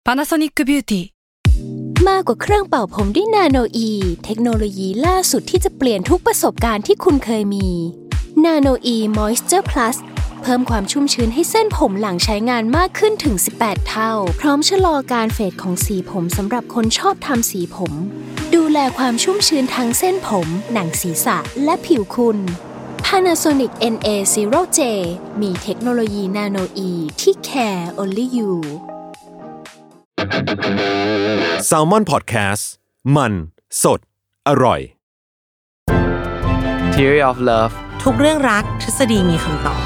Panasonic Beauty มากกว่าเครื่องเป่าผมด้วยนาโนอีเทคโนโลยีล่าสุดที่จะเปลี่ยนทุกประสบการณ์ที่คุณเคยมีนาโนอีมอยส์เจอร์พลัสเพิ่มความชุ่มชื้นให้เส้นผมหลังใช้งานมากขึ้นถึง18เท่าพร้อมชะลอการเฟดของสีผมสำหรับคนชอบทำสีผมดูแลความชุ่มชื้นทั้งเส้นผมหนังศีรษะและผิวคุณ Panasonic NA0J มีเทคโนโลยีนาโนอีที่ care only you Salmon Podcast มันสดอร่อย Theory of Love ทุกเรื่องรักทฤษฎีมีคำตอบ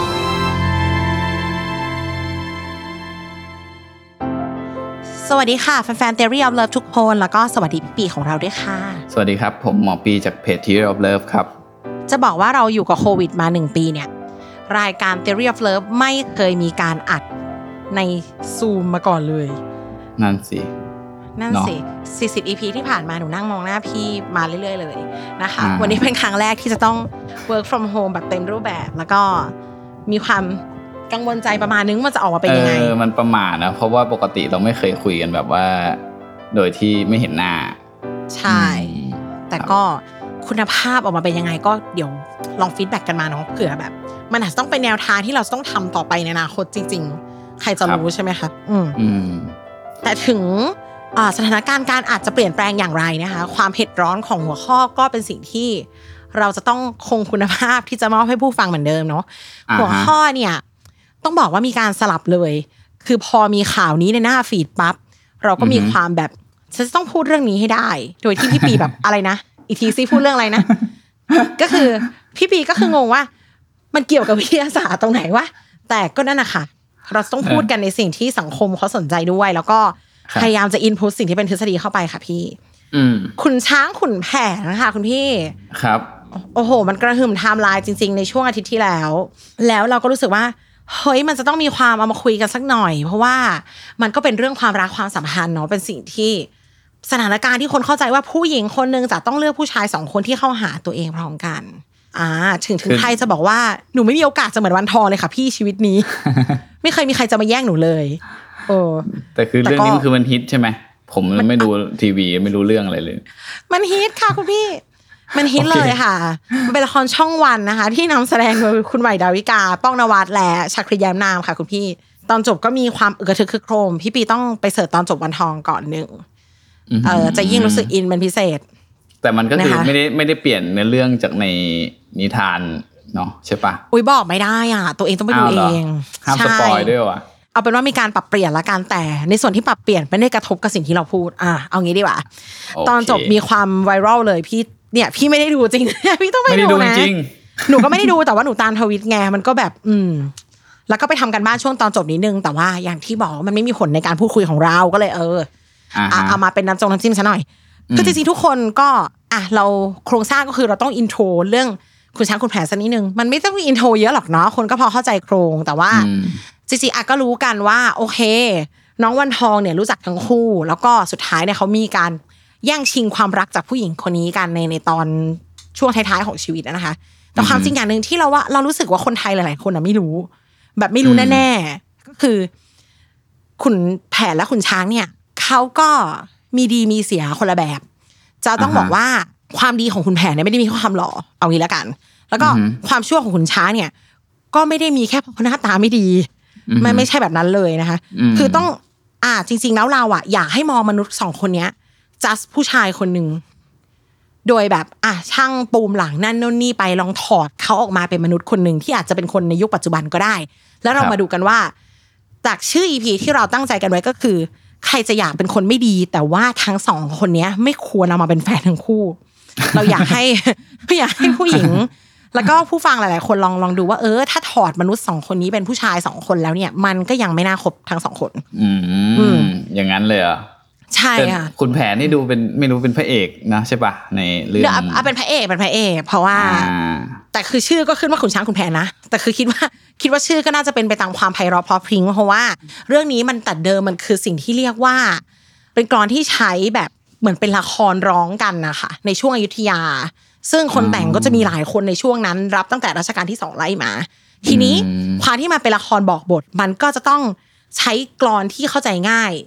สวัสดีค่ะแฟนๆ Theory of Love ทุกคนแล้วก็สวัสดีพี่ปีของเราด้วยค่ะสวัสดีครับผมหมอปีจากเพจ Theory of Love ครับจะบอกว่าเราอยู่กับโควิดมา1ปีเนี่ยรายการ Theory of Love ไม่เคยมีการอัดใน Zoom มาก่อนเลยนั่นสิ 40 EP ที่ผ่านมาหนูนั่งมองหน้าพี่มาเรื่อยๆเลยนะคะวันนี้เป็นครั้งแรกที่จะต้อง work from home แบบเต็มรูปแบบแล้วก็มีความกังวลใจประมาณนึงมันจะออกมาเป็นยังไงมันประมาทนะเพราะว่าปกติเราไม่เคยคุยกันแบบว่าโดยที่ไม่เห็นหน้าใช่แต่ก็คุณภาพออกมาเป็นยังไงก็เดี๋ยวลองฟีดแบ็กกันมาเนาะเผื่อแบบมันอาจจะต้องเป็นแนวทางที่เราต้องทำต่อไปในอนาคตจริงๆใครจะรู้ใช่ไหมคะแต่ถึงสถานการณ์การอาจจะเปลี่ยนแปลงอย่างไรนะคะความเผ็ดร้อนของหัวข้อก็เป็นสิ่งที่เราจะต้องคงคุณภาพที่จะมอบให้ผู้ฟังเหมือนเดิมเนาะหัวข้อเนี่ยต้องบอกว่ามีการสลับเลยคือพอมีข่าวนี้ในหน้าฟีดปั๊บเราก็มีความแบบฉันต้องพูดเรื่องนี้ให้ได้โดยที่พี่ปีแบบอะไรนะอีกทีซิพูดเรื่องอะไรนะก็คือพี่ปีก็คืองงว่ามันเกี่ยวกับวิทยาศาสตร์ตรงไหนวะแต่ก็นั่นน่ะค่ะเราต้องพูดกันในสิ่งที่สังคมเขาสนใจด้วยแล้วก็พยายามจะอินพุตสิ่งที่เป็นทฤษฎีเข้าไปค่ะพี่ขุนช้างขุนแผนนะคะคุณพี่ครับโอ้โหมันกระหึ่มไทม์ไลน์จริงๆในช่วงอาทิตย์ที่แล้วเราก็รู้สึกว่าเฮ้ยมันจะต้องมีความเอามาคุยกันสักหน่อยเพราะว่ามันก็เป็นเรื่องความรักความสัมพันธ์เนาะเป็นสิ่งที่สถานการณ์ที่คนเข้าใจว่าผู้หญิงคนนึงจะต้องเลือกผู้ชาย2คนที่เข้าหาตัวเองพร้อมกันถึงใครจะบอกว่าหนูไม่มีโอกาสจะเหมือนวันทองเลยค่ะพี่ชีวิตนี้ ไม่เคยมีใครจะมาแย่งหนูเลยแต่คือเรื่องนี้มันฮิตใช่ไหมผมไม่ดูทีวีไม่รู้เรื่องอะไรเลยมันฮิตค่ะคุณพี่มันฮิตเลยค่ะมันเป็นละครช่องวันนะคะที่นำแสดงโดยคุณใหม่ดาวิกาป้องนวัดและชักริยามนามค่ะคุณพี่ตอนจบก็มีความอึกระทึกคึกโครมพี่ปีต้องไปเสิร์ชตอนจบวันทองก่อนนึงจะยิ่งรู้สึกอินเป็นพิเศษแต่มันก็คือไม่ได้เปลี่ยนเนื้อเรื่องจากในนิทานเนาะใช่ปะอุ้ยบอกไม่ได้อ่ะตัวเองต้องไปดูเองห้ามสปอยด้วยว่ะเอาเป็นว่ามีการปรับเปลี่ยนละกันแต่ในส่วนที่ปรับเปลี่ยนไม่ได้กระทบกับสิ่งที่เราพูดเอางี้ดีกว่าตอนจบมีความไวรัลเลยพี่เนี่ยพี่ไม่ได้ดูจริง พี่ต้องไปดูนะหนูก็ไม่ได้ดูแต่ว่าหนูตามทวิตไงมันก็แบบแล้วก็ไปทำกันบ้านช่วงตอนจบนิดนึงแต่ว่าอย่างที่บอกมันไม่มีผลในการพูดคุยของเราก็เลยเอามาเป็นน้ำจิ้มซะหน่อยคือจริงๆทุกคนก็เราโครงสร้างก็คือเราต้องอินโทรเรื่องคุณช้างคุณแผนสักนิดนึงมันไม่ต้องอินโทรเยอะหรอกเนาะคนก็พอเข้าใจโครงแต่ว่าจริงๆก็รู้กันว่าโอเคน้องวันทองเนี่ยรู้จักทั้งคู่แล้วก็สุดท้ายเนี่ยเขามีการแย่งชิงความรักจากผู้หญิงคนนี้กันในตอนช่วงท้ายๆของชีวิตนะคะแต่ความจริงอย่างนึงที่เรารู้สึกว่าคนไทยหลายๆคนไม่รู้แบบไม่รู้แน่ๆก็คือขุนแผนและขุนช้างเนี่ยเขาก็มีดีมีเสียคนละแบบจะต้องบอกว่าความดีของขุนแผนเนี่ยไม่ได้มีแค่ความหล่อเอางี้ละกันแล้วก็ความชั่วของขุนช้างเนี่ยก็ไม่ได้มีแค่เพราะหน้าตาไม่ดีไม่ใช่แบบนั้นเลยนะคะคือต้องจริงๆแล้วเราอยากให้มองมนุษย์2คนเนี้ยจัสผู้ชายคนนึงโดยแบบช่างปูมหลังนั่นโน่นนี่ไปลองถอดเขาออกมาเป็นมนุษย์คนนึงที่อาจจะเป็นคนในยุคปัจจุบันก็ได้แล้วเรามาดูกันว่าจากชื่อ EP ที่เราตั้งใจกันไว้ก็คือใครจะอยากเป็นคนไม่ดีแต่ว่าทั้ง2คนนี้ไม่ควรเอามาเป็นแฟนทั้งคู่ เราอยากให้ผู้หญิงแล้วก็ผู้ฟังหลายๆคนลองดูว่าถ้าถอดมนุษย์2คนนี้เป็นผู้ชาย2คนแล้วเนี่ยมันก็ยังไม่น่าคบทั้ง2คนอย่างนั้นเลยเหรอใช่ค่ะคุณแผนนี่ดูเป็นไม่รู้เป็นพระเอกนะใช่ป่ะในเรื่องเป็นพระเอกเพราะว่าแต่คือชื่อก็ขึ้นว่าขุนช้างขุนแผนนะแต่คือคิดว่าชื่อก็น่าจะเป็นไปตามความไพเราะเพราะพริ้งเพราะว่าเรื่องนี้มันแต่เดิมมันคือสิ่งที่เรียกว่าเป็นกลอนที่ใช้แบบเหมือนเป็นละครร้องกันนะคะในช่วงอยุธยาซึ่งคนแต่งก็จะมีหลายคนในช่วงนั้นรับตั้งแต่รัชกาลที่2ไล่มาทีนี้ความที่มาเป็นละครบอกบทมันก็จะต้องใช้กลอนที่เข้าใจง่าย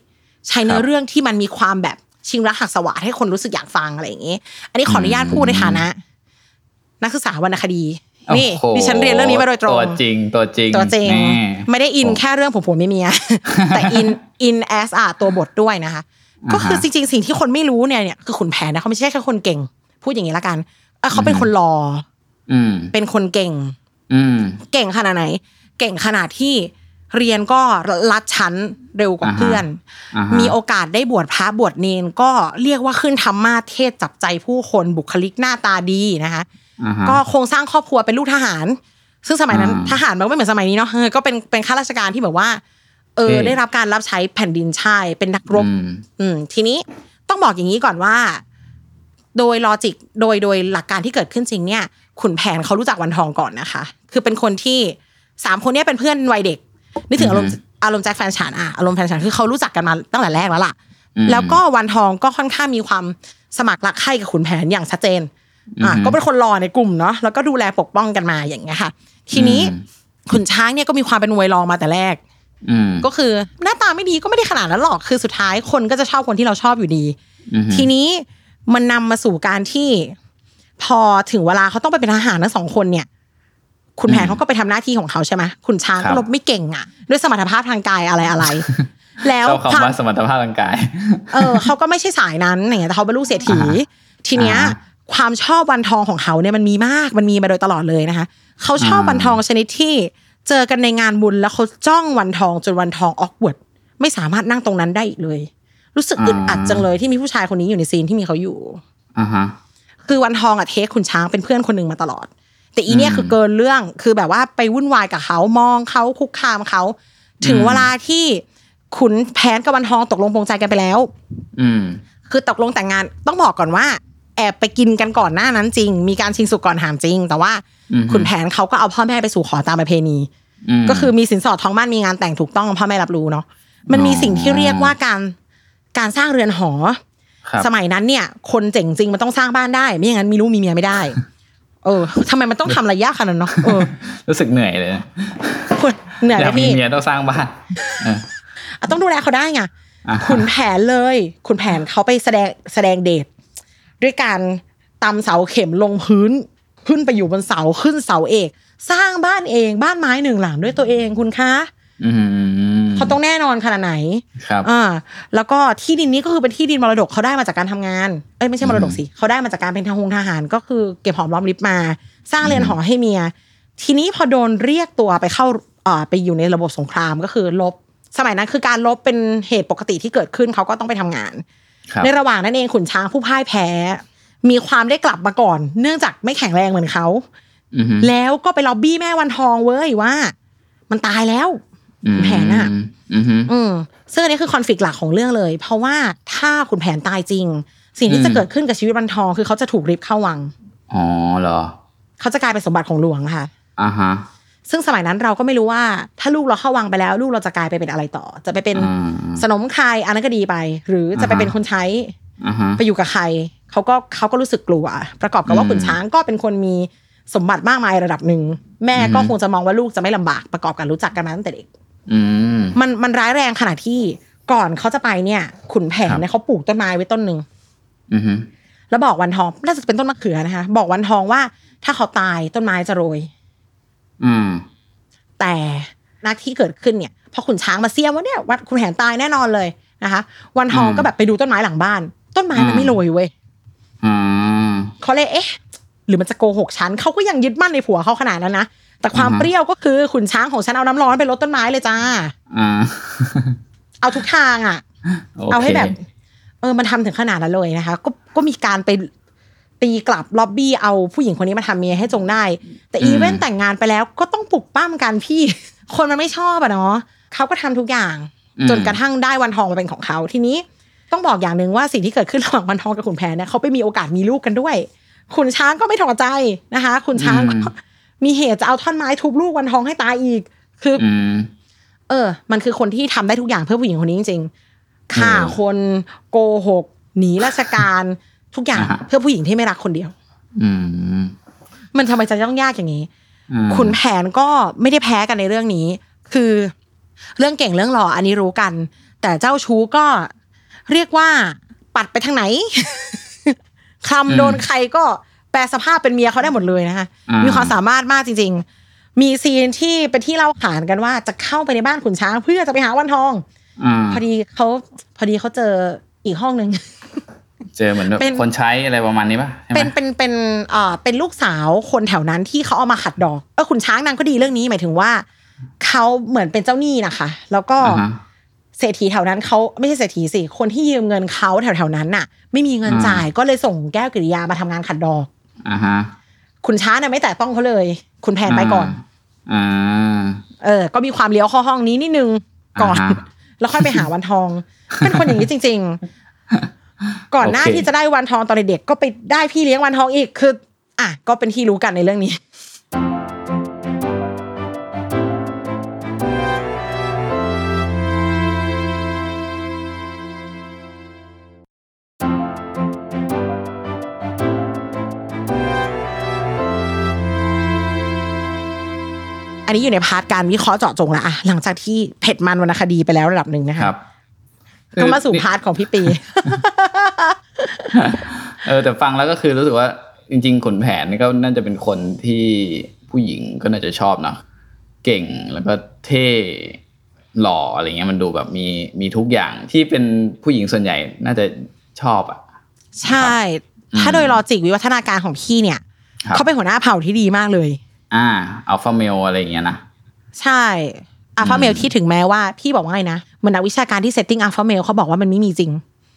ใช้เนื้อเรื่องที่มันมีความแบบชิงรักหักสวาทให้คนรู้สึกอยากฟังอะไรอย่างงี้อันนี้ขออนุญาตพูดในฐานะนักศึกษาวรรณคดีนี่ดิฉันเรียนเรื่องนี้มาโดยตรงตัวจริงไม่ได้อินแค่เรื่องผมไม่มีแต่อิน as ตัวบทด้วยนะคะก็คือจริงๆสิ่งที่คนไม่รู้เนี่ยคือขุนแผนนะเขาไม่ใช่แค่คนเก่งพูดอย่างนี้ละกันเขาเป็นคนรอเป็นคนเก่งเก่งขนาดไหนเก่งขนาดที่เรียนก็ลัดชั้นเร็วกว่าเพื่อนมีโอกาสได้บวชพระบวชเนรก็เรียกว่าขึ้นธรรมาสเทศจับใจผู้คนบุคลิกหน้าตาดีนะคะก็โครงสร้างครอบครัวเป็นลูกทหารซึ่งสมัยนั้นทหารมันไม่เหมือนสมัยนี้เนาะก็เป็นข้าราชการที่แบบว่าได้รับการรับใช้แผ่นดินชายเป็นนักรบทีนี้ต้องบอกอย่างนี้ก่อนว่าโดยลอจิกโดยหลักการที่เกิดขึ้นจริงเนี่ยขุนแผนเขารู้จักวันทองก่อนนะคะคือเป็นคนที่3คนนี้เป็นเพื่อนวัยเด็กนึกถึงอารมณ์แจ็คแฟนฉันอารมณ์แฟนฉันคือเขารู้จักกันมาตั้งแต่แรกแล้วล่ะแล้วก็วันทองก็ค่อนข้างมีความสมัครรักใคร่กับขุนแผนอย่างชัดเจนก็เป็นคนรอในกลุ่มเนาะแล้วก็ดูแลปกป้องกันมาอย่างเงี้ยค่ะทีนี้ขุนช้างเนี่ยก็มีความเป็นมวยรองมาแต่แรกก็คือหน้าตาไม่ดีก็ไม่ได้ขนาดนั้นหรอกคือสุดท้ายคนก็จะชอบคนที่เราชอบอยู่ดีทีนี้มันนำมาสู่การที่พอถึงเวลาเขาต้องไปเป็นทหารทั้ง2คนเนี่ยขุนแผนเขาก็ไปทำหน้าที่ของเขาใช่ไหมขุนช้างก็รบไม่เก่งด้วยสมรรถภาพทางกายอะไรแล้วคำว่าสมรรถภาพทางกายเขาก็ไม่ใช่สายนั้นอย่างเงี้ยแต่เขาเป็นลูกเศรษฐีทีเนี้ยความชอบวันทองของเขาเนี่ยมันมีมาโดยตลอดเลยนะคะเขาชอบวันทองชนิดที่เจอกันในงานบุญแล้วเขาจ้องวันทองจนวันทองออกเวิร์ดไม่สามารถนั่งตรงนั้นได้อีกเลยรู้สึกอึดอัดจังเลยที่มีผู้ชายคนนี้อยู่ในซีนที่มีเขาอยู่คือวันทองเทคขุนช้างเป็นเพื่อนคนนึงมาตลอดแต่อีเนี่ยคือเกินเรื่องคือแบบว่าไปวุ่นวายกับเขามองเขาคุกคามเขาถึงเวลาที่ขุนแผนกับวันทองตกลงปรงใจกันไปแล้วคือตกลงแต่งงานต้องบอกก่อนว่าแอบไปกินกันก่อนหน้านั้นจริงมีการชิงสุกก่อนหามจริงแต่ว่าขุนแผนเขาก็เอาพ่อแม่ไปสู่ขอตามประเพณีก็คือมีสินสอดทองมั่นมีงานแต่งถูกต้องพ่อแม่รับรู้เนาะมันมีสิ่งที่เรียกว่าการสร้างเรือนหอสมัยนั้นเนี่ยคนเจ๋งจริงมันต้องสร้างบ้านได้ไม่อย่างนั้นมีลูกมีเมียไม่ได้ทำไมมันต้องทำอะไรยากขนาดนั้นเนาะรู้สึกเหนื่อยเลยเหนื่อยเลยพี่เมียต้องสร้างบ้านต้องดูแลเขาได้ไงขุนแผนเลยขุนแผนเขาไปแสดงเดชด้วยการตำเสาเข็มลงพื้นขึ้นไปอยู่บนเสาขึ้นเสาเอกสร้างบ้านเองบ้านไม้1 หลังด้วยตัวเองคุณคะเขาต้องแน่นอนขนาดไหนครับแล้วก็ที่ดินนี้ก็คือเป็นที่ดินมรดกเขาได้มาจากการทำงานไม่ใช่มรดกสิเขาได้มาจากการเป็นทหารก็คือเก็บหอมรอมริบมาสร้างเรือนหอให้เมียทีนี้พอโดนเรียกตัวไปเข้าไปอยู่ในระบบสงครามก็คือรบสมัยนั้นคือการรบเป็นเหตุปกติที่เกิดขึ้นเขาก็ต้องไปทำงานในระหว่างนั้นเองขุนช้างผู้พ่ายแพ้มีความได้กลับมาก่อนเนื่องจากไม่แข็งแรงเหมือนเขาแล้วก็ไปล็อบบี้แม่วันทองเว้ยว่ามันตายแล้วขุนแผนซึ่งอันนี้คือคอนฟลิกต์หลักของเรื่องเลยเพราะว่าถ้าขุนแผนตายจริงสิ่งที่จะเกิดขึ้นกับชีวิตวันทองคือเขาจะถูกริบเข้าวังเหรอเขาจะกลายเป็นสมบัติของหลวงค่ะซึ่งสมัยนั้นเราก็ไม่รู้ว่าถ้าลูกเราเข้าวังไปแล้วลูกเราจะกลายไปเป็นอะไรต่อจะไปเป็นสนมใครอันนั้นก็ดีไปหรือจะไปเป็นคนใช้ไปอยู่กับใครเขาก็รู้สึกกลัวประกอบกับว่าขุนช้างก็เป็นคนมีสมบัติมากมายระดับหนึ่งแม่ก็คงจะมองว่าลูกจะไม่ลำบากประกอบกับรู้จักกันมาตั้งแต่เด็กมันร้ายแรงขนาดที่ก่อนเขาจะไปเนี่ยขุนแผนเนี่ยเขาปลูกต้นไม้ไว้ต้นนึงแล้วบอกวันทองน่าจะเป็นต้นมะเขือนะคะบอกวันทองว่าถ้าเขาตายต้นไม้จะโรยแต่นักที่เกิดขึ้นเนี่ยพอขุนช้างมาเสียมว่าเนี่ยวัดขุนแผนตายแน่นอนเลยนะคะวันทองก็แบบไปดูต้นไม้หลังบ้านต้นไม้มันไม่โรยเว้ยเขาเลยหรือมันจะโกหกฉันเขาก็ยังยึดมั่นในผัวเขาขนาดนั้นนะแต่ความเปรี้ยวก็คือขุนช้างของฉันเอาน้ำร้อนไปรดต้นไม้เลยจ้าเอาทุกทางเอาให้แบบมันทำถึงขนาดนั้นเลยนะคะก็มีการไปตีกลับล็อบบี้เอาผู้หญิงคนนี้มาทำเมียให้จงได้แต่อีเวนต์แต่งงานไปแล้วก็ต้องปลุกปั้มกันพี่คนมันไม่ชอบเนาะเขาก็ทำทุกอย่างจนกระทั่งได้วันทองมาเป็นของเขาทีนี้ต้องบอกอย่างนึงว่าสิ่งที่เกิดขึ้นระหว่างวันทองกับขุนแผนเนี่ยเขาไปมีโอกาสมีลูกกันด้วยขุนช้างก็ไม่ถอดใจนะคะขุนช้างก็มีเหตุจะเอาท่อนไม้ทุบลูกวันทองให้ตายอีกคือมันคือคนที่ทำได้ทุกอย่างเพื่อผู้หญิงคนนี้จริงๆฆ่าคนโกหกหนีราชการทุกอย่างเพื่อผู้หญิงที่ไม่รักคนเดียวมันทำไมจะต้องยากอย่างนี้ขุนแผนก็ไม่ได้แพ้กันในเรื่องนี้คือเรื่องเก่งเรื่องหล่ออันนี้รู้กันแต่เจ้าชู้ก็เรียกว่าปัดไปทางไหน คำโดนใครก็แปลสภาพเป็นเมียเขาได้หมดเลยนะคะมีความสามารถมากจริงๆมีซีนที่เป็นที่เล่าขานกันว่าจะเข้าไปในบ้านขุนช้างเพื่อจะไปหาวันทองพอดีเขาเจออีกห้องนึงเจอเหมือนคนใช้อะไรประมาณนี้ป่ะเป็นลูกสาวคนแถวนั้นที่เขาเอามาขัดดอกขุนช้างนางก็ดีเรื่องนี้หมายถึงว่าเขาเหมือนเป็นเจ้าหนี้นะคะแล้วก็เศรษฐีแถวนั้นเขาไม่ใช่เศรษฐีสิคนที่ยืมเงินเขาแถวๆนั้นน่ะไม่มีเงินจ่ายก็เลยส่งแก้วกิริยามาทำงานขัดดอกขุนช้างเนี่ยไม่แตะต้องเขาเลยคุณแผนไปก่อนก็มีความเลี้ยวเข้าห้องนี้นิดนึงก่อนแล้วค่อยไปหาวันทองเป็นคนอย่างนี้จริงๆก่อนหน้าที่จะได้วันทองตอนเด็กก็ไปได้พี่เลี้ยงวันทองอีกคือก็เป็นที่รู้กันในเรื่องนี้อันนี้อยู่ในพาร์ทการวิเคราะห์เจาะจงแล้วหลังจากที่เผ็ดมันวรรณคดีไปแล้วระดับหนึ่งนะคะก็มาสู่พาร์ทของพี่ปีแต่ฟังแล้วก็คือรู้สึกว่าจริงๆขุนแผนนี่ก็น่าจะเป็นคนที่ผู้หญิงก็น่าจะชอบนะเก่งแล้วก็เท่หล่ออะไรเงี้ยมันดูแบบมีทุกอย่างที่เป็นผู้หญิงส่วนใหญ่น่าจะชอบใช่ถ้าโดยลอจิกวิวัฒนาการของพี่เนี่ยเขาเป็นหัวหน้าเผ่าที่ดีมากเลยอัลฟาเมลอะไรอย่างเงี้ยนะใช่อัลฟาเมลที่ถึงแม้ว่าพี่บอกว่าไงนะเหมือนนักวิชาการที่เซตติ้งอัลฟาเมลเขาบอกว่ามันไม่มีจริง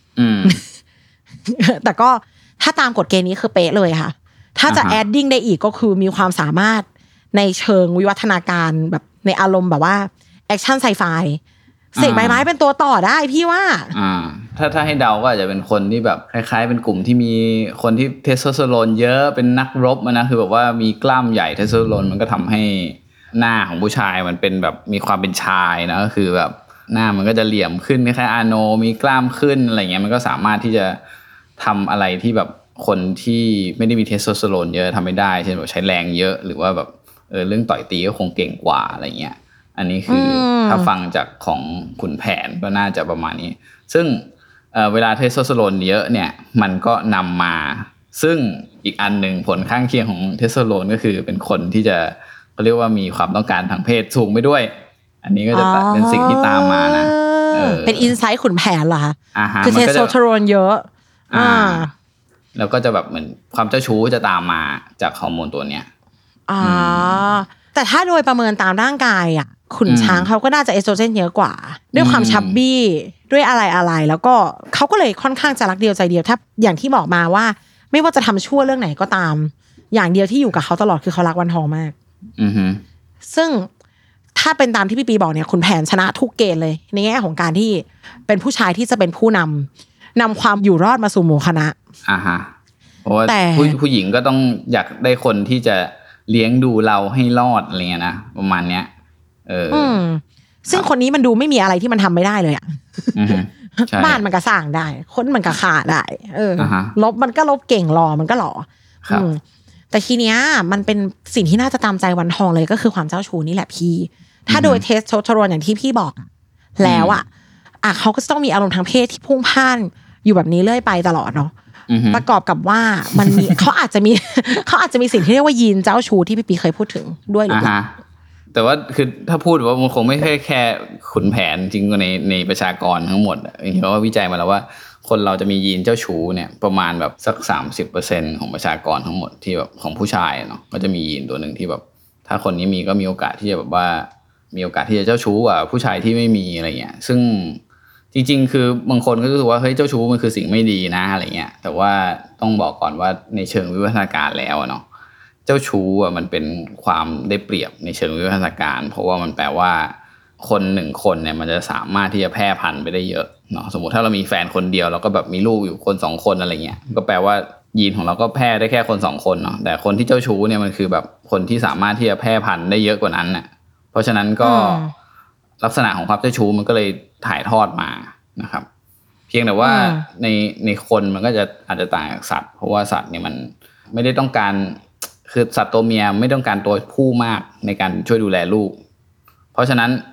แต่ก็ถ้าตามกฎเกณฑ์นี้คือเป๊ะเลยค่ะถ้าจะแอดดิ้งได้อีกก็คือมีความสามารถในเชิงวิวัฒนาการแบบในอารมณ์แบบว่าแอคชั่นไซไฟเสกใบไม้เป็นตัวต่อได้พี่ว่าถ้าให้เดาก็อาจจะเป็นคนที่แบบคล้ายๆเป็นกลุ่มที่มีคนที่เทสโทสเตอโรนเยอะเป็นนักรบนะคือแบบว่ามีกล้ามใหญ่เทสโทสเตอโรนมันก็ทำให้หน้าของผู้ชายมันเป็นแบบมีความเป็นชายนะก็คือแบบหน้ามันก็จะเหลี่ยมขึ้นคล้ายๆอาโนมีกล้ามขึ้นอะไรเงี้ยมันก็สามารถที่จะทำอะไรที่แบบคนที่ไม่ได้มีเทสโทสเตอโรนเยอะทำไม่ได้เช่นแบบใช้แรงเยอะหรือว่าแบบเรื่องต่อยตีก็คงเก่งกว่าอะไรเงี้ยอันนี้คือถ้าฟังจากของขุนแผนก็น่าจะประมาณนี้ซึ่งเวลาเทสโทสเตอโรนเยอะเนี่ยมันก็นำมาซึ่งอีกอันหนึ่งผลข้างเคียงของเทสโทสเตอโรนก็คือเป็นคนที่จะเขาเรียกว่ามีความต้องการทางเพศสูงไปด้วยอันนี้ก็จะเป็นสิ่งที่ตามมานะเป็นอินไซต์ขุนแผนเหรอคะคือเทสโทสเตอโรนเยอะแล้วก็จะแบบเหมือนความเจ้าชู้จะตามมาจากฮอร์โมนตัวเนี้ยแต่ถ้าโดยประเมินตามร่างกายขุนช้างเขาก็น่าจะเอสโตรเจนเยอะกว่าด้วยความชับบี้ด้วยอะไรแล้วก็เขาก็เลยค่อนข้างจะรักเดียวใจเดียวถ้าอย่างที่บอกมาว่าไม่ว่าจะทำชั่วเรื่องไหนก็ตามอย่างเดียวที่อยู่กับเขาตลอดคือเขารักวันทองมากซึ่งถ้าเป็นตามที่พี่ปีบอกเนี่ยขุนแผนชนะทุกเกณฑ์เลยในแง่ของการที่เป็นผู้ชายที่จะเป็นผู้นำความอยู่รอดมาสู่หมู่คณะเพราะว่าผู้หญิงก็ต้องอยากได้คนที่จะเลี้ยงดูเราให้รอดอะไรเงี้ยนะประมาณเนี้ยซึ่งคนนี้มันดูไม่มีอะไรที่มันทำไม่ได้เลยบ้านมันก็สร้างได้คนมันก็ฆ่าได้ลบมันก็ลบเก่งหล่อมันก็หล่อแต่ทีเนี้ยมันเป็นสิ่งที่น่าจะตามใจวันทองเลยก็คือความเจ้าชู้นี่แหละพี่ถ้าโดยเทสโทสเตอโรนอย่างที่พี่บอกแล้วเขาก็ต้องมีอารมณ์ทางเพศที่พุ่งพ่านอยู่แบบนี้เรื่อยไปตลอดเนาะประกอบกับว่ามันมี เขาอาจจะมีสิ่งที่เรียกว่ายีนเจ้าชู้ที่พี่ปีเคยพูดถึงด้วยหรือเปล่าแต่ว่าคือถ้าพูดว่ามันคงไม่ใช่แค่ขุนแผนจริงในประชากรทั้งหมดเพราะว่าวิจัยมาแล้วว่าคนเราจะมียีนเจ้าชู้เนี่ยประมาณแบบสัก 30% ของประชากรทั้งหมดที่แบบของผู้ชายเนาะก็จะมียีนตัวนึงที่แบบถ้าคนนี้มีก็มีโอกาสที่จะแบบว่ามีโอกาสที่จะเจ้าชู้กว่าผู้ชายที่ไม่มีอะไรเงี้ยซึ่งจริงๆคือบางคนก็รู้สึกว่าเฮ้ยเจ้าชู้มันคือสิ่งไม่ดีนะอะไรเงี้ยแต่ว่าต้องบอกก่อนว่าในเชิงวิวัฒนาการแล้วเนาะเจ้าชู้มันเป็นความได้เปรียบในเชิงวิวัฒนาการเพราะว่ามันแปลว่าคนหนึ่งคนเนี่ยมันจะสามารถที่จะแพร่พันธุ์ไปได้เยอะเนาะสมมุติถ้าเรามีแฟนคนเดียวเราก็แบบมีลูกอยู่คน2คนอะไรเงี้ยก็แปลว่ายีนของเราก็แพร่ได้แค่คน2คนเนาะแต่คนที่เจ้าชู้เนี่ยมันคือแบบคนที่สามารถที่จะแพร่พันธุ์ได้เยอะกว่านั้นน่ะเพราะฉะนั้นก็ลักษณะของความเจ้าชู้มันก็เลยถ่ายทอดมานะครับเพียงแต่ว่าในคนมันก็จะอาจจะต่างจากสัตว์เพราะว่าสัตว์เนี่ยมันไม่ได้ต้องการคือสัตว์ตัวเมียไม่ต้องการตัวผู้มากในการช่วยดูแลลูกเพราะฉะนั้น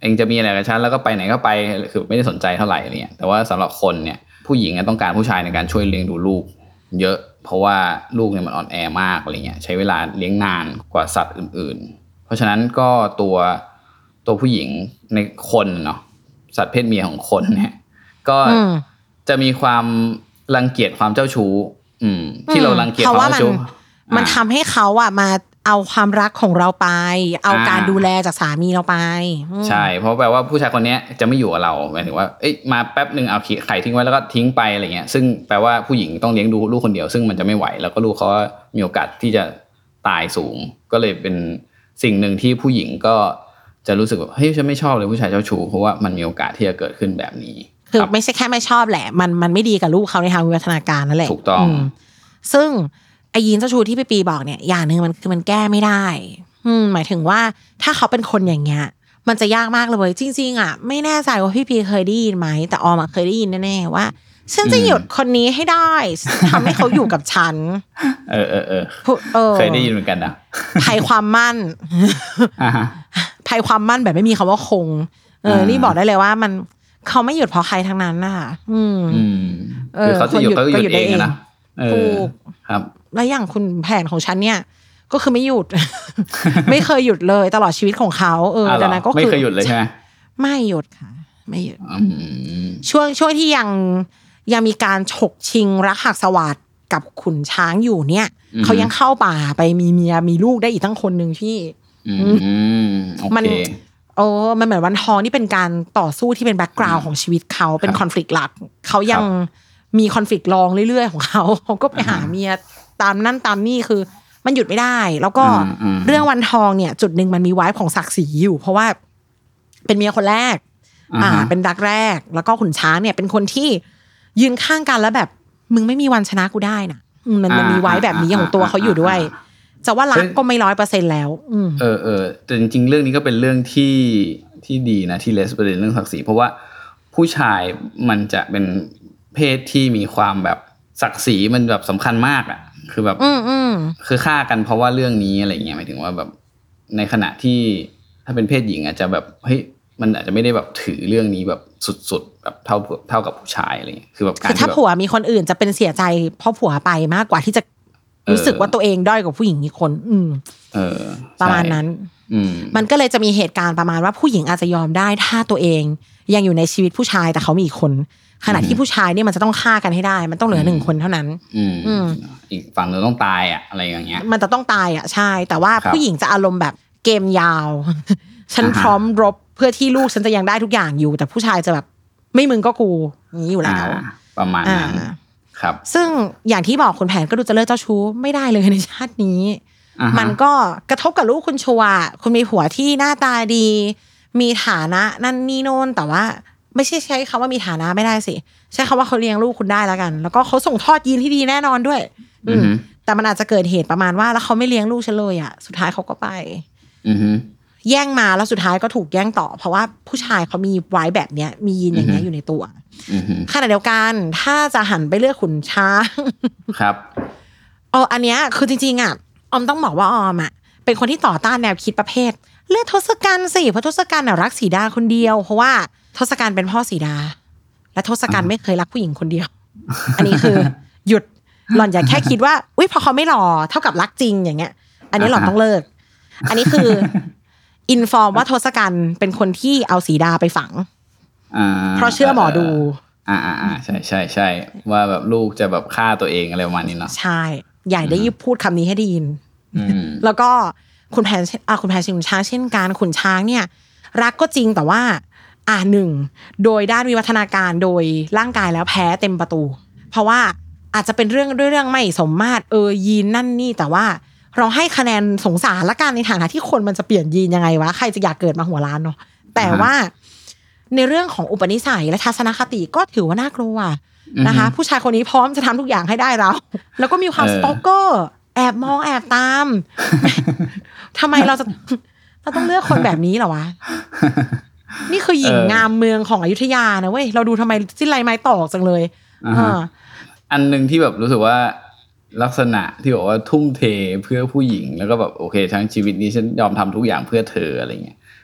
เองจะมีอะไรกับฉันแล้วก็ไปไหนก็ไปคือไม่ได้สนใจเท่าไหร่อะไรเงี้ยแต่ว่าสำหรับคนเนี่ยผู้หญิงต้องการผู้ชายในการช่วยเลี้ยงดูลูกเยอะเพราะว่าลูกเนี่ยมันอ่อนแอมากอะไรเงี้ยใช้เวลาเลี้ยงนานกว่าสัตว์อื่นๆเพราะฉะนั้นก็ตัวผู้หญิงในคนเนาะสัตว์เพศเมียของคนเนี่ยก็จะมีความรังเกียจความเจ้าชู้ที่เรารังเกียจความเจ้าชู้มันทำให้เขาอ่ะมาเอาความรักของเราไปเอาการดูแลจากสามีเราไปใช่เพราะแปลว่าผู้ชายคนนี้จะไม่อยู่กับเราหมายถึงว่ามาแป๊บนึงเอาไข่ทิ้งไว้แล้วก็ทิ้งไปอะไรเงี้ยซึ่งแปลว่าผู้หญิงต้องเลี้ยงดูลูกคนเดียวซึ่งมันจะไม่ไหวแล้วก็ลูกเขามีโอกาสที่จะตายสูงก็เลยเป็นสิ่งหนึ่งที่ผู้หญิงก็จะรู้สึกว่าเฮ้ยฉันไม่ชอบเลยผู้ชายเจ้าชู้เพราะว่ามันมีโอกาสที่จะเกิดขึ้นแบบนี้คือไม่ใช่แค่ไม่ชอบแหละมันไม่ดีกับลูกเขาในทางวิวัฒนาการนั่นแหละถูกต้องซึ่งไอ้ยีนเจ้าชู้ที่ปีบอกเนี่ยอย่างนึงมันแก้ไม่ได้หมายถึงว่าถ้าเขาเป็นคนอย่างเงี้ยมันจะยากมากเลยจริงๆอ่ะไม่แน่ใจว่าพี่ปีเคยได้ยินไหมแต่ออมเคยได้ยินแน่ๆว่าฉันจะหยุดคนนี้ให้ได้ทำให้เขาอยู่กับฉันเคยได้ยินเหมือนกันนะภัยความมั่นภัยความมั่นแบบไม่มีคำว่าคงนี่บอกได้เลยว่ามันเขาไม่หยุดเพราะใครทั้งนั้นนะคะคือเขาจะหยุดก็หยุดเองนะถูกครับแล้วอย่างคุณแผนของฉันเนี่ยก็คือไม่หยุด ไม่เคยหยุดเลยตลอดชีวิตของเขาดังนั้นก็คือไม่เคยหยุดเลยใช่ไหมไม่หยุดค่ะไม่หยุดช่วงที่ยังมีการฉกชิงรักหักสวัสดกับขุนช้างอยู่เนี่ยเขายังเข้าป่าไปมีเมียมีลูกได้อีกตั้งคนนึงพี่มันมันเหมือนวันทองนี่เป็นการต่อสู้ที่เป็นแบ็คกราวด์ของชีวิตเขาเป็นคอนฟลิกต์หลักเขายังมีคอนฟลิกต์รองเรื่อยๆของเขาก็ไปหาเมียตามนั่นตามนี่คือมันหยุดไม่ได้แล้วก็เรื่องวันทองเนี่ยจุดนึงมันมีไวบ์ของศักดิ์ศรีอยู่เพราะว่าเป็นเมียคนแรกเป็นรักแรกแล้วก็ขุนช้างเนี่ยเป็นคนที่ยืนข้างกันแล้วแบบมึงไม่มีวันชนะกูได้นะมันมีไวบ์แบบนี้ของตัวเขาอยู่ด้วยจะว่ารักก็ไม่ 100% แล้วแต่จริงๆเรื่องนี้ก็เป็นเรื่องที่ดีนะที่เลสประเด็นเรื่องศักดิ์ศรีเพราะว่าผู้ชายมันจะเป็นเพศที่มีความแบบศักดิ์ศรีมันแบบสำคัญมากอ่ะคือแบบคือฆ่ากันเพราะว่าเรื่องนี้อะไรเงี้ยหมายถึงว่าแบบในขณะที่ถ้าเป็นเพศหญิงอาจจะแบบเฮ้ยมันอาจจะไม่ได้แบบถือเรื่องนี้แบบสุดๆแบบเท่ากับผู้ชายอะไรเงี้ยคือแบบการถ้าผัวมีคนอื่นจะเป็นเสียใจเพราะผัวไปมากกว่าที่จะรู้สึกว่าตัวเองด้อยกว่าผู้หญิงอีกคนประมาณนั้นมันก็เลยจะมีเหตุการณ์ประมาณว่าผู้หญิงอาจจะยอมได้ถ้าตัวเองยังอยู่ในชีวิตผู้ชายแต่เขามีอีกคนขณะที่ผู้ชายเนี่ยมันจะต้องฆ่ากันให้ได้มันต้องเหลือ1คนเท่านั้นอีกฝั่งนึงต้องตายอ่ะอะไรอย่างเงี้ยมันจะต้องตายอ่ะใช่แต่ว่าผู้หญิงจะอารมณ์แบบเกมยาวฉันพร้อมรบเพื่อที่ลูกฉันจะยังได้ทุกอย่างอยู่แต่ผู้ชายจะแบบไม่มึงก็กูอย่างนี้อยู่แล้วประมาณนั้นครับซึ่งอย่างที่บอกคุณแผนก็ดูจะเลิกเจ้าชู้ไม่ได้เลยในชาตินี้มันก็กระทบกับลูกคุณชัวคุณมีผัวที่หน้าตาดีมีฐานะนั่นนี่โน่นแต่ว่าไม่ใช่ใช้คำว่ามีฐานะไม่ได้สิใช้คำว่าเขาเลี้ยงลูกคุณได้แล้วกันแล้วก็เขาส่งทอดยีนที่ดีแน่นอนด้วยแต่มันอาจจะเกิดเหตุประมาณว่าแล้วเขาไม่เลี้ยงลูกฉันเลยอ่ะสุดท้ายเขาก็ไปแย่งมาแล้วสุดท้ายก็ถูกแย่งต่อเพราะว่าผู้ชายเขามีไว้แบบเนี้ยมียีนอย่างเงี้ยอยู่ในตัวขณะเดียวกันถ้าจะหันไปเลือกขุนช้างครับอันเนี้ยคือจริงๆอ่ะออมต้องบอกว่าออมอ่ะเป็นคนที่ต่อต้านแนวคิดประเภทเลือกทศกัณฐ์สิเพราะทศกัณฐ์น่ะรักสีดาคนเดียวเพราะว่าทศกัณฐ์เป็นพ่อสีดาและทศกัณฐ์ไม่เคยรักผู้หญิงคนเดียวอันนี้คือหยุดหล่อนอย่าแค่คิดว่าอุ๊ยพอเขาไม่หล่อเท่ากับรักจริงอย่างเงี้ยอันนี้หล่อนต้องเลิกอันนี้คืออินฟอร์มว่าทศกัณฐ์เป็นคนที่เอาสีดาไปฝังเพราะเชื่อหมอดูใช่ว่าแบบลูกจะแบบฆ่าตัวเองอะไรประมาณนี้เนาะใช่ใหญ่ได้พูดคำนี้ให้ได้ยินแล้วก็คุณแพนขุนช้างเช่นกันขุนช้างเนี่ยรักก็จริงแต่ว่า1โดยด้านวิวัฒนาการโดยร่างกายแล้วแพ้เต็มประตูเพราะว่าอาจจะเป็นเรื่องไม่สมมาตรยีนนั่นนี่แต่ว่าเราให้คะแนนสงสารละกันในฐานะที่คนมันจะเปลี่ยนยีนยังไงวะใครจะอยากเกิดมาหัวล้านเนาะแต่ว่าในเรื่องของอุปนิสัยและทัศนคติก็ถือว่าน่ากลัวนะคะผู้ชายคนนี้พร้อมจะทำทุกอย่างให้ได้แล้วก็มีความสตอกเกอร์แอบมองแอบตามทำไมเราต้องเลือกคนแบบนี้เหรอวะนี่คือหญิงงามเมืองของอยุธยานะเว้ยเราดูทำไมสิ้นไรไม้ตอกจังเลยอันนึงที่แบบรู้สึกว่าลักษณะที่บอกว่าทุ่มเทเพื่อผู้หญิงแล้วก็แบบโอเคทั้งชีวิตนี้ฉันยอมทำทุกอย่างเพื่อเธออะไรเงี้ย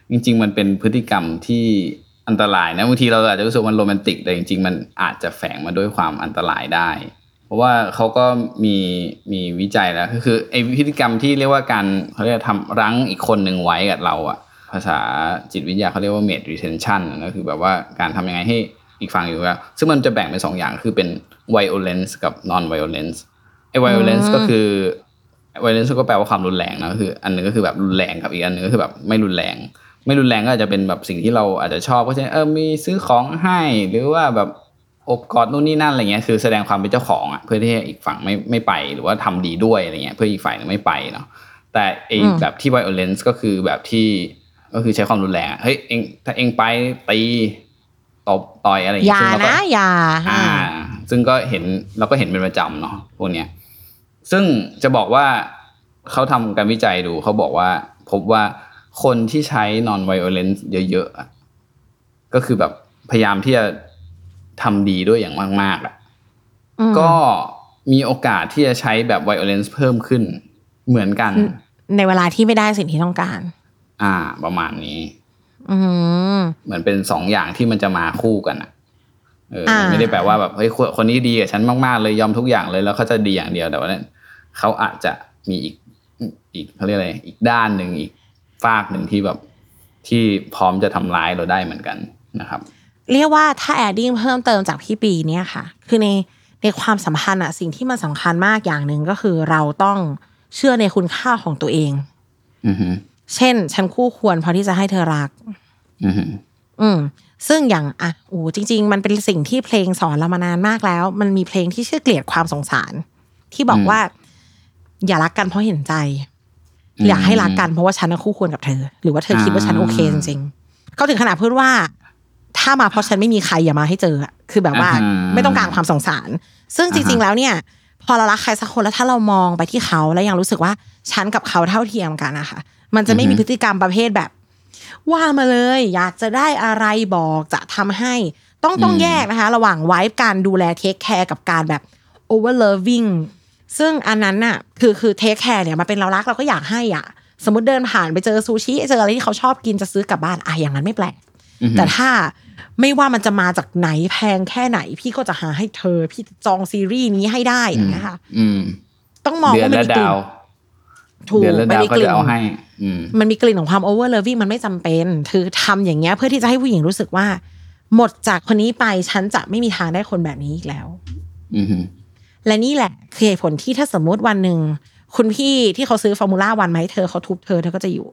จริงๆมันเป็นพฤติกรรมที่อันตรายนะบางทีเราอาจจะรู้สึกมันโรแมนติกแต่จริงๆมันอาจจะแฝงมาด้วยความอันตรายได้เพราะว่าเขาก็มีวิจัยแล้วคือไอ้พฤติกรรมที่เรียกว่าการเขาเรียกทำรั้งอีกคนนึงไว้กับเราอ่ะภาษาจิตวิทยาเขาเรียกว่า mate retention ก็คือแบบว่าการทำยังไงให้อีกฝั่งอยู่แล้วซึ่งมันจะแบ่งเป็น2อย่างคือเป็น violence กับ non violence ไอ้ violence ก็คือ violence ก็แปลว่าความรุนแรงนะก็คืออันนึงก็คือแบบรุนแรงกับอีกอันนึงก็คือแบบไม่รุนแรงก็อาจจะเป็นแบบสิ่งที่เราอาจจะชอบก็เช่นมีซื้อของให้หรือว่าแบบอบกอดนู่นนี่นั่นอะไรเงี้ยคือแสดงความเป็นเจ้าของอ่ะเพื่อที่อีกฝั่งไม่ไปหรือว่าทำดีด้วยอะไรเงี้ยเพื่ออีกฝ่ายนึงไม่ไปเนาะแต่ไอ้แบบที่ violence ก็คือแบบที่ก็คือใช้ความรุนแรงเฮ้ยเองถ้าเองไปตีตบต่อยอะไรอย่างเงี้ยซึ่งเราก็ซึ่งก็เห็นเราก็เห็นเป็นประจำเนาะพวกเนี้ยซึ่งจะบอกว่าเขาทำการวิจัยดูเขาบอกว่าพบว่าคนที่ใช้ non violence เยอะๆก็คือแบบพยายามที่จะทำดีด้วยอย่างมากๆอ่ะก็มีโอกาสที่จะใช้แบบ violence เพิ่มขึ้นเหมือนกันในเวลาที่ไม่ได้สิ่งที่ต้องการประมาณนี้เหมือนเป็น2อย่างที่มันจะมาคู่กันอ่ะมันไม่ได้แปลว่าแบบเฮ้ยคนนี้ดีกับฉันมากๆเลยยอมทุกอย่างเลยแล้วเขาจะดีอย่างเดียวแต่ว่าเขาอาจจะมีอีกเขาเรียกอะไรอีกด้านนึงอีกฝากนึงที่แบบที่พร้อมจะทำร้ายเราได้เหมือนกันนะครับเรียกว่าถ้าแอดดิ้งเพิ่มเติมจากพี่ปีเนี่ยค่ะคือในความสัมพันธ์อะสิ่งที่มันสำคัญมากอย่างนึงก็คือเราต้องเชื่อในคุณค่าของตัวเองเช่นฉันคู่ควรพอที่จะให้เธอรักซึ่งอย่างจริงๆมันเป็นสิ่งที่เพลงสอนเรามานานมากแล้วมันมีเพลงที่ชื่อเกลียดความสงสารที่บอกว่าอย่ารักกันเพราะเห็นใจอยากให้รักกันเพราะว่าฉันคู่ควรกับเธอหรือว่าเธอคิดว่าฉันโอเคจริงๆเขาถึงขนาดพูดว่าถ้ามาเพราะฉันไม่มีใครอย่ามาให้เจอคือแบบว่าไม่ต้องการความสงสารซึ่งจริงๆแล้วเนี่ยพอเรารักใครสักคนแล้วถ้าเรามองไปที่เขาแล้วยังรู้สึกว่าฉันกับเขาเท่าเทียมกันนะคะมันจะไม่มีพฤติกรรมประเภทแบบว่ามาเลยอยากจะได้อะไรบอกจะทำให้ต้องแยกนะคะระหว่างไว้การดูแลเทคแคร์กับการแบบ over loving ซึ่งอันนั้นน่ะคือเทคแคร์เนี่ยมันเป็นเรารักเราก็อยากให้สมมติเดินผ่านไปเจอซูชิเจออะไรที่เขาชอบกินจะซื้อกลับบ้านอย่างนั้นไม่แปลกแต่ถ้าไม่ว่ามันจะมาจากไหนแพงแค่ไหนพี่ก็จะหาให้เธอพี่จองซีรีส์นี้ให้ได้นะคะต้องมองว่ามันมีกลิ่นถูกมันมีกลิ่นมันมีกลิ่นของความ over loving มันไม่จำเป็นคือทำอย่างเงี้ยเพื่อที่จะให้ผู้หญิงรู้สึกว่าหมดจากคนนี้ไปฉันจะไม่มีทางได้คนแบบนี้อีกแล้วและนี่แหละคือเหตุผลที่ถ้าสมมติวันหนึ่งคุณพี่ที่เขาซื้อฟอร์มูล่าวันมาให้เธอเขาทุบเธอก็จะอยู่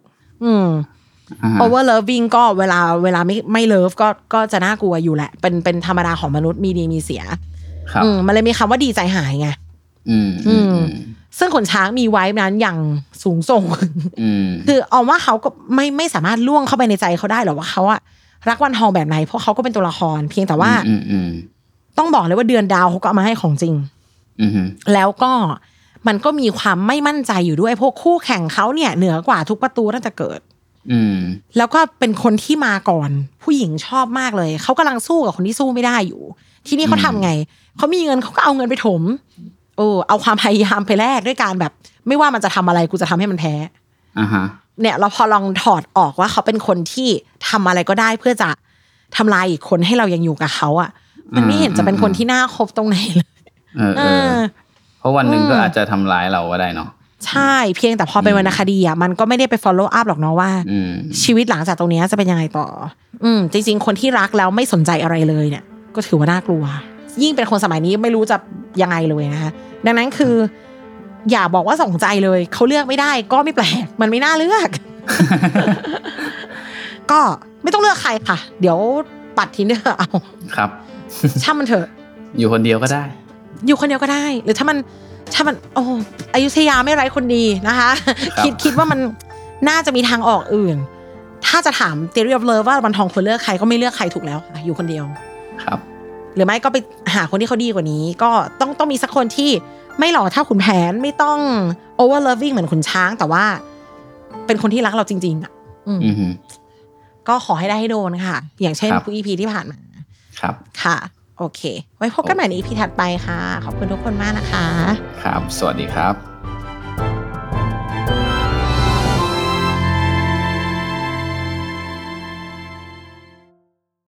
over loving ก็เวลาไม่เลิฟก็จะน่ากลัวอยู่แหละเป็นธรรมดาของมนุษย์มีดีมีเสียมันเลยมีคำว่าดีใจหายไงซึ่งขนช้างมีไว้นั้นอย่างสูงส่งคือเอาว่าเขาก็ไม่สามารถล่วงเข้าไปในใจเขาได้หรอกว่าเขาอะรักวันทองแบบไหนเพราะเขาก็เป็นตัวละครเพียงแต่ว่าต้องบอกเลยว่าเดือนดาวเขาก็เอามาให้ของจริงแล้วก็มันก็มีความไม่มั่นใจอยู่ด้วยพวกคู่แข่งเขาเนี่ยเหนือกว่าทุกประตูตั้งแต่เกิดแล้วก็เป็นคนที่มาก่อนผู้หญิงชอบมากเลยเขากำลังสู้กับคนที่สู้ไม่ได้อยู่ที่นี่เขาทำไงเขามีเงินเขาก็เอาเงินไปถมเอาความพยายามไปแลกด้วยการแบบไม่ว่ามันจะทำอะไรกูจะทำให้มันแพ้เนี่ยเราพอลองถอดออกว่าเขาเป็นคนที่ทำอะไรก็ได้เพื่อจะทำลายอีกคนให้เรายังอยู่กับเขามันไม่เห็นจะเป็นคนที่น่าคบตรงไหนเลยเพราะวันหนึ่งก็อาจจะทำร้ายเราก็ได้เนาะใช่เพียงแต่พอเป็นวรรณคดีมันก็ไม่ได้ไป follow up หรอกเนาะว่าชีวิตหลังจากตรงนี้จะเป็นยังไงต่อจริงๆคนที่รักแล้วไม่สนใจอะไรเลยเนี่ยก็ถือว่าน่ากลัวยิ่งเป็นคนสมัยนี้ไม่รู้จะยังไงเลยนะคะดังนั้นคืออย่าบอกว่าสนใจเลยเขาเลือกไม่ได้ก็ไม่แปลกมันไม่น่าเลือก ก็ไม่ต้องเลือกใครค่ะเดี๋ยวปัดทิ้งเด้อเอาครับช่างมันเถอะอยู่คนเดียวก็ได้อยู่คนเดียวก็ได้หรือถ้ามันอยุธยาไม่ไร้คนดีนะคะคิดว่ามันน่าจะมีทางออกอื่นถ้าจะถาม theory of love ว่าวันทองควรเลือกใครก็ไม่เลือกใครถูกแล้วอยู่คนเดียวครับหรือไม่ก็ไปหาคนที่เขาดีกว่านี้ก็ต้องมีสักคนที่ไม่หล่อเท่าขุนแผนไม่ต้อง over loving เหมือนขุนช้างแต่ว่าเป็นคนที่รักเราจริงๆก็ขอให้ได้ให้โดนค่ะอย่างเช่นผู้ EP ที่ผ่านมาครับค่ะโอเคไว้พบกันใหม่ใน EP ถัดไปค่ะขอบคุณทุกคนมากนะคะครับสวัสดีครับ